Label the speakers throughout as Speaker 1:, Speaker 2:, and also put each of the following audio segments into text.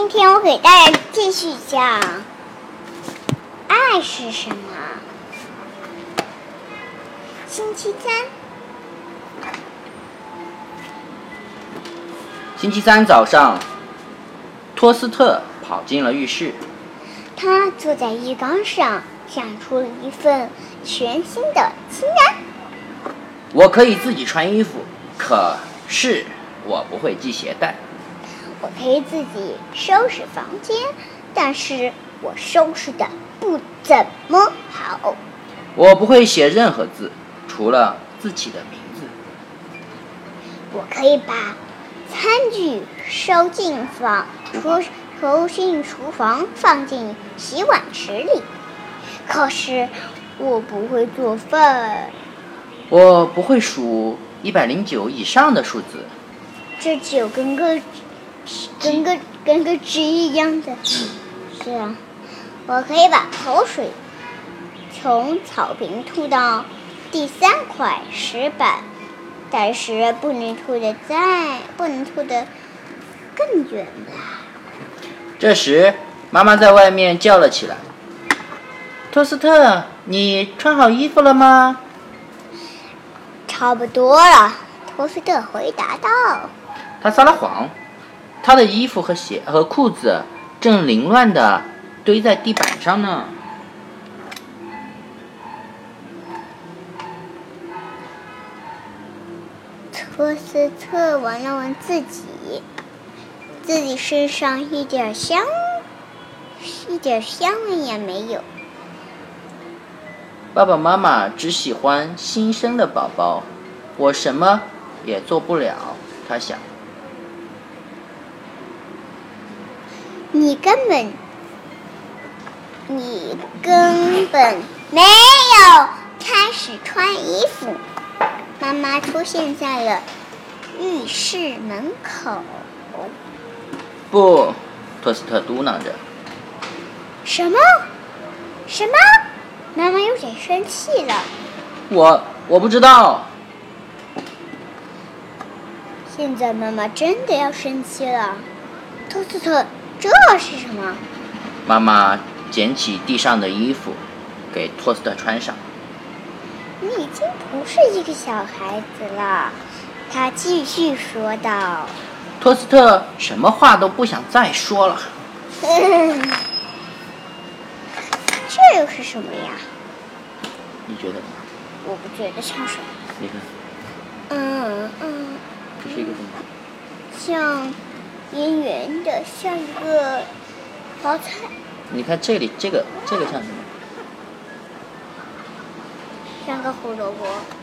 Speaker 1: 今天我给大家继续讲爱是什么。星期
Speaker 2: 三早上，托斯特跑进了浴室。
Speaker 1: 他坐在浴缸上，想出了一份全新的清单。
Speaker 2: 我可以自己穿衣服，可是我不会系鞋带。
Speaker 1: 我可以自己收拾房间，但是我收拾的不怎么好。
Speaker 2: 我不会写任何字，除了自己的名字。
Speaker 1: 我可以把餐具收进厨房，放进洗碗池里。可是我不会做饭。
Speaker 2: 我不会数109以上的数字。
Speaker 1: 这9跟个鸡一样的。是啊，我可以把口水从草坪吐到第3块石板，但是不能吐得更远了。
Speaker 2: 这时，妈妈在外面叫了起来：“托斯特，你穿好衣服了吗？”
Speaker 1: 差不多了，托斯特回答道。
Speaker 2: 他撒了谎，他的衣服和鞋和裤子正凌乱地堆在地板上呢。
Speaker 1: 托斯特闻了闻自己身上一点香味也没有。
Speaker 2: 爸爸妈妈只喜欢新生的宝宝，我什么也做不了，他想。
Speaker 1: 你根本没有开始穿衣服。妈妈出现在了浴室门口。
Speaker 2: 不，托斯特嘟囔着。
Speaker 1: 什么？妈妈有点生气了。
Speaker 2: 我不知道。
Speaker 1: 现在妈妈真的要生气了。托斯特，这是什么？
Speaker 2: 妈妈捡起地上的衣服，给托斯特穿上。
Speaker 1: 你已经不是一个小孩子了，她继续说道。
Speaker 2: 托斯特什么话都不想再说了。
Speaker 1: 这又是什么呀？
Speaker 2: 你觉得呢？
Speaker 1: 我不觉得像什么。
Speaker 2: 你看。这是一个什么？
Speaker 1: 像圆圆的，像一个包菜。
Speaker 2: 你看这里，这个像什么？
Speaker 1: 像个胡萝卜。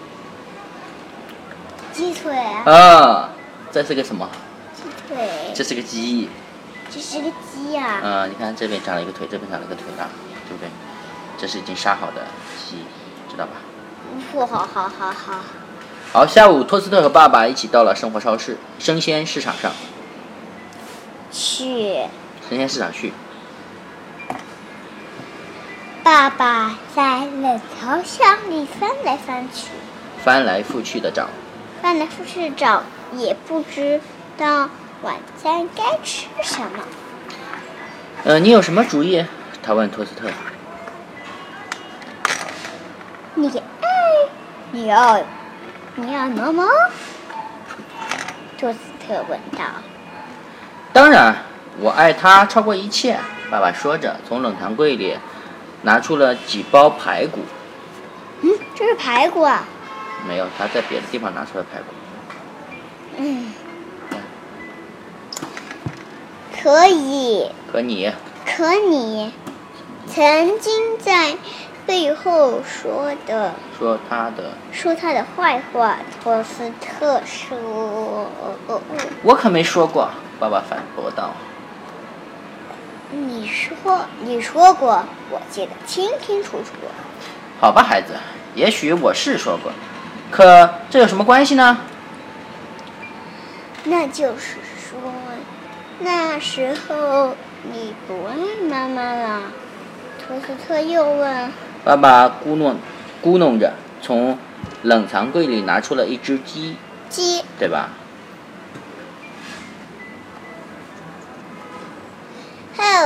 Speaker 1: 鸡腿。
Speaker 2: 啊，这是个什么？
Speaker 1: 鸡腿。
Speaker 2: 这是个鸡。
Speaker 1: 这是个鸡呀。
Speaker 2: 你看这边长了一个腿，这边长了一个腿啊，对不对？这是已经杀好的鸡，知道吧？
Speaker 1: 好。
Speaker 2: 好，下午托斯特和爸爸一起到了生鲜市场去。爸爸在
Speaker 1: 冷藏箱里翻来覆去
Speaker 2: 的找，
Speaker 1: 也不知道晚餐该吃什么。
Speaker 2: 你有什么主意？他问托斯特。
Speaker 1: 你要么么？托斯特问道。
Speaker 2: 当然，我爱他超过一切。爸爸说着，从冷藏柜里拿出了几包排骨。
Speaker 1: 这是排骨啊？
Speaker 2: 没有，他在别的地方拿出了排骨。
Speaker 1: 可以。可你曾经在背后说他的坏话。托斯特说。
Speaker 2: 我可没说过，爸爸反驳道。
Speaker 1: 你说过，我记得清清楚楚。
Speaker 2: 好吧，孩子，也许我是说过，可这有什么关系呢？
Speaker 1: 那就是说，那时候你不爱妈妈了。托斯特又问。
Speaker 2: 爸爸咕哝着，从冷藏柜里拿出了一只鸡，对吧？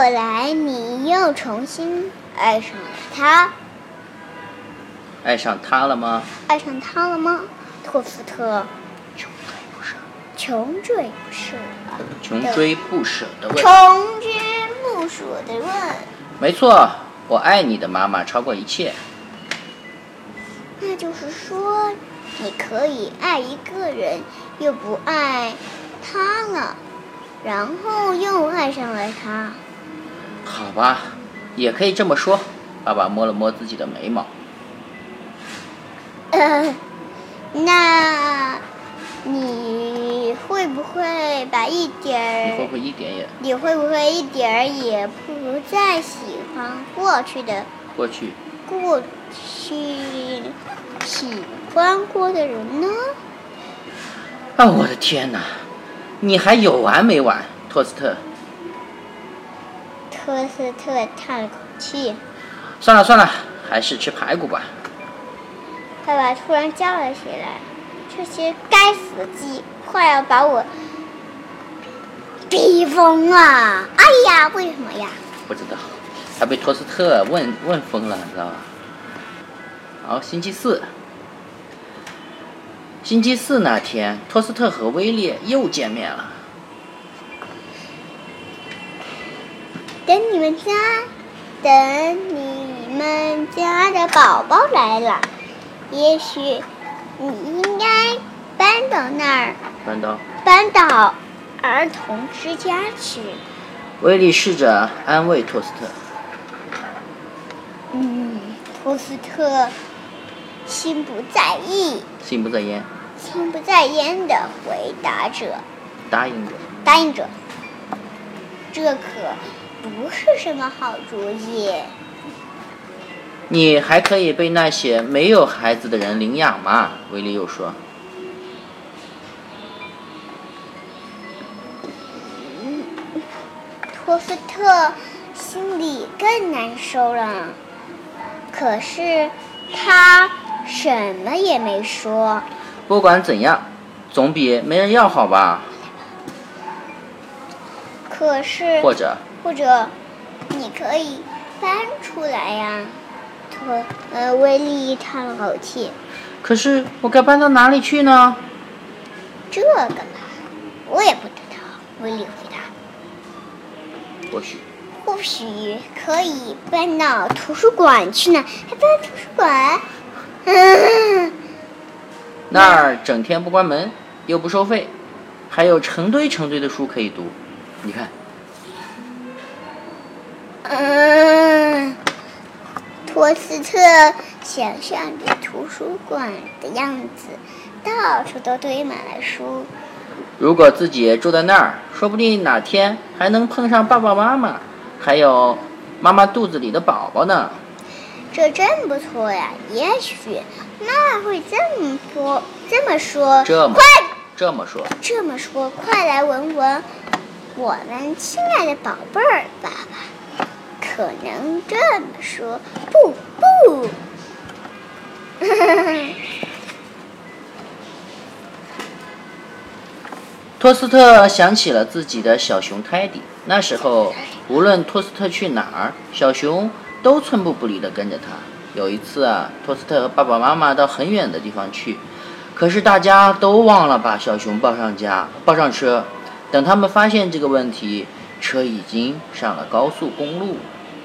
Speaker 1: 来你又重新爱上了他。
Speaker 2: 爱上他了吗？
Speaker 1: 爱上他了吗？托斯特
Speaker 2: 穷追不舍，
Speaker 1: 穷追不舍，
Speaker 2: 穷追不舍的问。
Speaker 1: 穷追不舍的问。
Speaker 2: 没错，我爱你的妈妈超过一切。
Speaker 1: 那就是说，你可以爱一个人，又不爱他了，然后又爱上了他。
Speaker 2: 好吧，也可以这么说。爸爸摸了摸自己的眉毛。
Speaker 1: 那你会不会把
Speaker 2: 你会不会一点也？
Speaker 1: 你会不会一点儿也不再喜欢过去喜欢过的人呢？
Speaker 2: 啊，我的天哪！你还有完没完，托斯特？
Speaker 1: 托斯特叹了口气。
Speaker 2: 算了，还是吃排骨吧。
Speaker 1: 爸爸突然叫了起来：“这些该死的鸡，快要把我逼疯了！哎呀，为什么呀？”
Speaker 2: 不知道，他被托斯特问疯了，你知道吧？好，星期四那天，托斯特和威廉又见面了。
Speaker 1: 等你们家的宝宝来了，也许你应该搬到那儿，搬到儿童之家去。
Speaker 2: 威利试着安慰托斯特。
Speaker 1: 托斯特心不在焉地回答着，
Speaker 2: 答应着。
Speaker 1: 这可不是什么好主意。
Speaker 2: 你还可以被那些没有孩子的人领养嘛？威利又说。
Speaker 1: 托斯特心里更难受了，可是他什么也没说。
Speaker 2: 不管怎样，总比没人要好吧？
Speaker 1: 可是
Speaker 2: 或者
Speaker 1: 你可以搬出来呀。威利叹了口气。
Speaker 2: 可是我该搬到哪里去呢？
Speaker 1: 这个嘛，我也不知道。威利回答。或许可以搬到图书馆去呢。还搬图书馆？
Speaker 2: 那儿整天不关门，又不收费，还有成堆的书可以读。你看。
Speaker 1: 托斯特想象着图书馆的样子，到处都堆满了书。
Speaker 2: 如果自己住在那儿，说不定哪天还能碰上爸爸妈妈，还有妈妈肚子里的宝宝呢。
Speaker 1: 这真不错呀！也许妈妈会这么说，快来闻闻我们亲爱的宝贝儿爸爸可能这么说。不
Speaker 2: 托斯特想起了自己的小熊泰迪，那时候无论托斯特去哪儿，小熊都寸步不离地跟着他。有一次啊，托斯特和爸爸妈妈到很远的地方去，可是大家都忘了把小熊抱上车。等他们发现这个问题，车已经上了高速公路。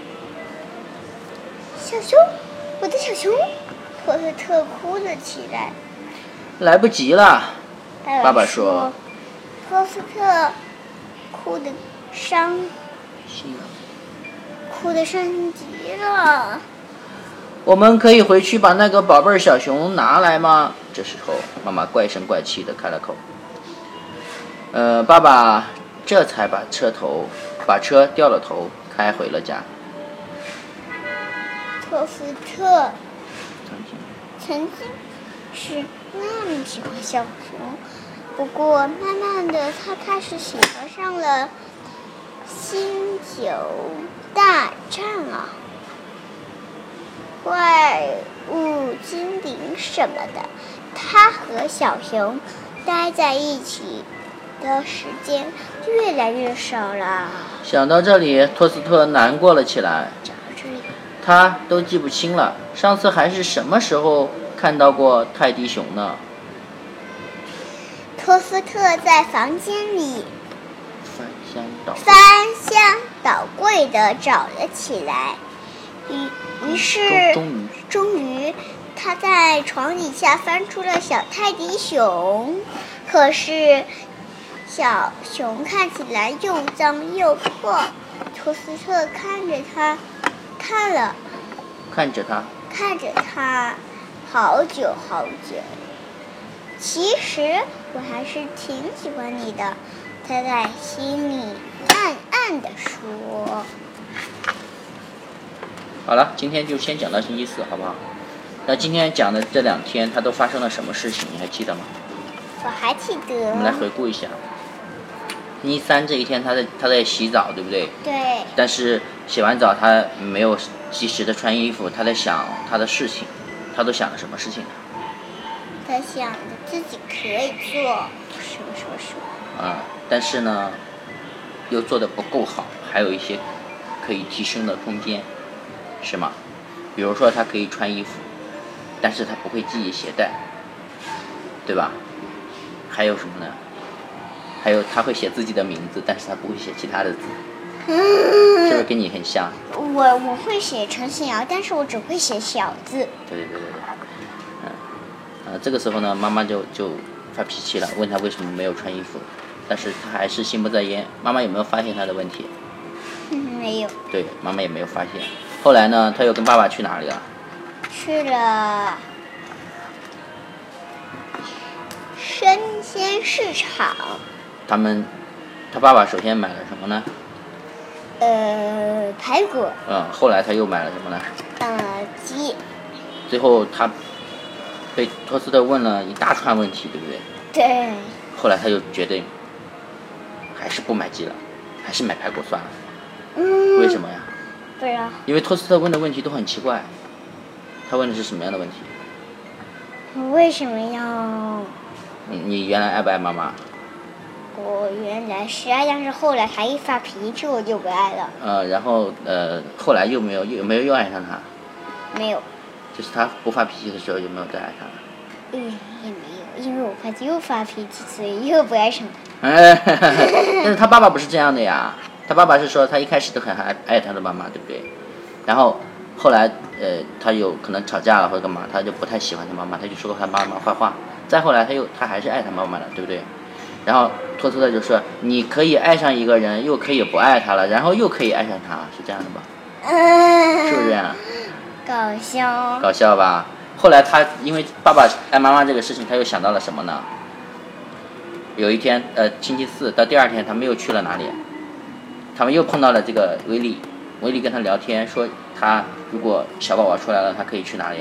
Speaker 1: 小熊，我的小熊！托斯特哭了起来。
Speaker 2: 来不及了，爸爸说。
Speaker 1: 托斯特哭得伤极了。
Speaker 2: 我们可以回去把那个宝贝小熊拿来吗？这时候妈妈怪声怪气地开了口。爸爸这才把车掉了头，开回了家。
Speaker 1: 托斯特曾经是那么喜欢小熊，不过慢慢的他开始喜欢上了星球大战啊，怪物精灵什么的。他和小熊待在一起的时间越来越少了。
Speaker 2: 想到这里，托斯特难过了起来。
Speaker 1: 找这里，
Speaker 2: 他都记不清了，上次还是什么时候看到过泰迪熊呢？
Speaker 1: 托斯特在房间里
Speaker 2: 翻
Speaker 1: 箱倒柜地找了起来，于是终于他在床底下翻出了小泰迪熊。可是小熊看起来又脏又破，托斯特看着他好久好久。其实我还是挺喜欢你的，他在心里暗暗地说。
Speaker 2: 好了，今天就先讲到星期四，好不好？那今天讲的这2天，他都发生了什么事情？你还记得吗？
Speaker 1: 我还记得。
Speaker 2: 我们来回顾一下。星期三这一天，他在洗澡，对不对？
Speaker 1: 对。
Speaker 2: 但是洗完澡，他没有及时的穿衣服，他在想他的事情。他都想了什么事情？
Speaker 1: 他想着自己可以做什么。
Speaker 2: 但是呢，又做得不够好，还有一些可以提升的空间，是吗？比如说，他可以穿衣服，但是他不会系鞋带，对吧？还有什么呢？还有他会写自己的名字，但是他不会写其他的字，是不是跟你很像？
Speaker 1: 我会写陈信尧，但是我只会写小字。
Speaker 2: 对。这个时候呢，妈妈就发脾气了，问他为什么没有穿衣服，但是他还是心不在焉。妈妈有没有发现他的问题？
Speaker 1: 没有。
Speaker 2: 对，妈妈也没有发现。后来呢，他又跟爸爸去哪里了？
Speaker 1: 去了生鲜市场。
Speaker 2: 他爸爸首先买了什么呢？
Speaker 1: 排骨。
Speaker 2: 后来他又买了什么呢？
Speaker 1: 鸡。
Speaker 2: 最后他被托斯特问了一大串问题，对不对？
Speaker 1: 对。
Speaker 2: 后来他就决定还是不买鸡了，还是买排骨算了。为什么呀？
Speaker 1: 不知道。
Speaker 2: 因为托斯特问的问题都很奇怪。他问的是什么样的问题？
Speaker 1: 我为什么要？
Speaker 2: 你原来爱不爱妈妈？
Speaker 1: 我原来是爱，但是后来他一发脾气，我就不爱了。
Speaker 2: 然后后来有没有又爱上他？
Speaker 1: 没有。
Speaker 2: 就是他不发脾气的时候，有没有再爱上他？
Speaker 1: 也没有，因为我怕又发脾气，所以又不爱上他。
Speaker 2: 但是他爸爸不是这样的呀，他爸爸是说他一开始都很爱他的妈妈，对不对？然后后来他有可能吵架了或者干嘛，他就不太喜欢他妈妈，他就说他妈妈坏话。再后来他还是爱他妈妈了，对不对？然后托斯特就说你可以爱上一个人，又可以不爱他了，然后又可以爱上他，是这样的吧？是不是这样？
Speaker 1: 搞
Speaker 2: 笑吧？后来他因为爸爸爱妈妈这个事情，他又想到了什么呢？有一天星期四到第2天，他们又去了哪里？他们又碰到了这个威利跟他聊天，说他如果小宝宝出来了，他可以去哪里？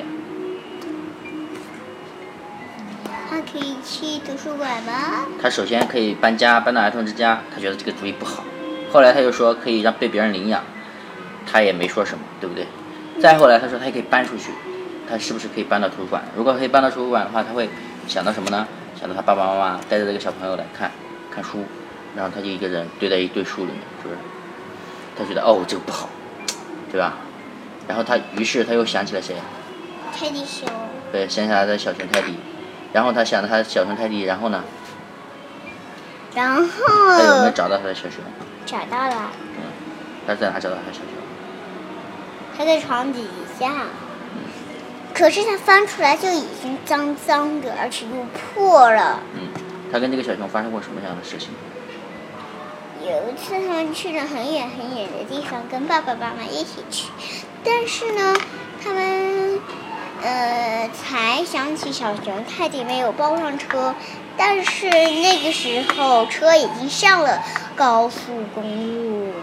Speaker 1: 他可以去图书馆吗？
Speaker 2: 他首先可以搬家，搬到儿童之家，他觉得这个主意不好。后来他又说可以被别人领养，他也没说什么，对不对？再后来他说他也可以搬出去，他是不是可以搬到图书馆？如果可以搬到图书馆的话，他会想到什么呢？想到他爸爸妈妈带着这个小朋友来看书，然后他就一个人堆在一堆书里面，是不是？他觉得这个不好，对吧？然后于是他又想起了谁？
Speaker 1: 泰迪熊。
Speaker 2: 对，想起来他的小熊泰迪，然后他想到他的小熊泰迪，然后呢？
Speaker 1: 然后
Speaker 2: 他有没有找到他的小熊？
Speaker 1: 找到了。
Speaker 2: 他在哪找到他的小熊？
Speaker 1: 他在床底下。可是他翻出来就已经脏脏的，而且又破了。
Speaker 2: 他跟这个小熊发生过什么样的事情？
Speaker 1: 有一次他们去了很远很远的地方，跟爸爸妈妈一起去，但是呢，他们才想起小熊泰迪没有抱上车，但是那个时候车已经上了高速公路。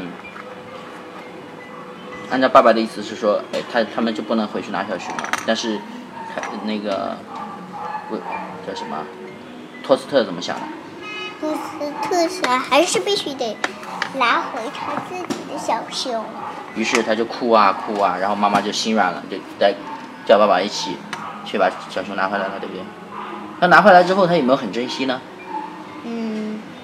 Speaker 2: 按照爸爸的意思是说，他们就不能回去拿小熊了，但是那个叫什么托斯特怎么想的？
Speaker 1: 托斯特想还是必须得拿回他自己的小熊。
Speaker 2: 于是他就哭啊，然后妈妈就心软了，就带叫爸爸一起去把小熊拿回来了，对不对？他拿回来之后，他有没有很珍惜呢？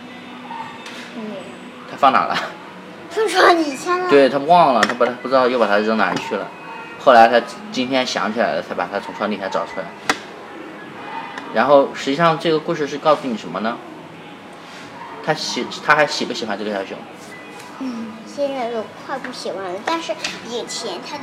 Speaker 2: 他放哪了？
Speaker 1: 放床底下了。
Speaker 2: 对，他忘了，他不知道又把它扔哪儿去了。后来他今天想起来了，才把它从床底下找出来。然后实际上这个故事是告诉你什么呢？他还喜不喜欢这个小熊？
Speaker 1: 现在都快不喜欢了，但是以前他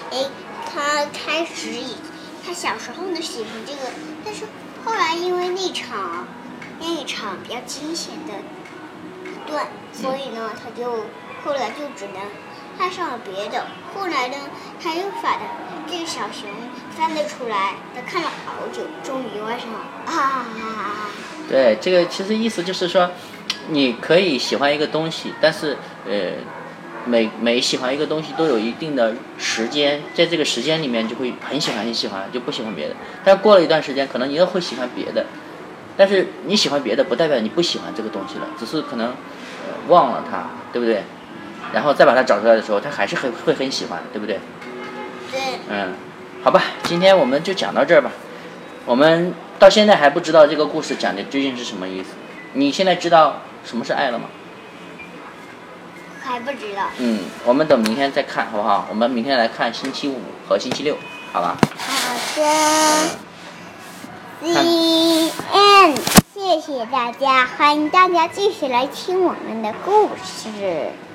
Speaker 1: 小时候呢喜欢这个，但是后来因为那一场比较惊险的一段，所以呢后来就只能爱上了别的。后来呢，他又把这个小熊翻了出来，他看了好久，终于爱上了
Speaker 2: 对，这个其实意思就是说，你可以喜欢一个东西，但是每喜欢一个东西都有一定的时间，在这个时间里面就会很喜欢，就不喜欢别的。但过了一段时间，可能你又会喜欢别的，但是你喜欢别的不代表你不喜欢这个东西了，只是可能忘了它，对不对？然后再把它找出来的时候，他还是会很喜欢，对不对？
Speaker 1: 对。
Speaker 2: 好吧，今天我们就讲到这儿吧。我们到现在还不知道这个故事讲的究竟是什么意思。你现在知道什么是爱了吗？
Speaker 1: 还不知道。
Speaker 2: 我们等明天再看，好不好？我们明天来看星期5和星期6，好吧？
Speaker 1: 好的。The end。谢谢大家，欢迎大家继续来听我们的故事。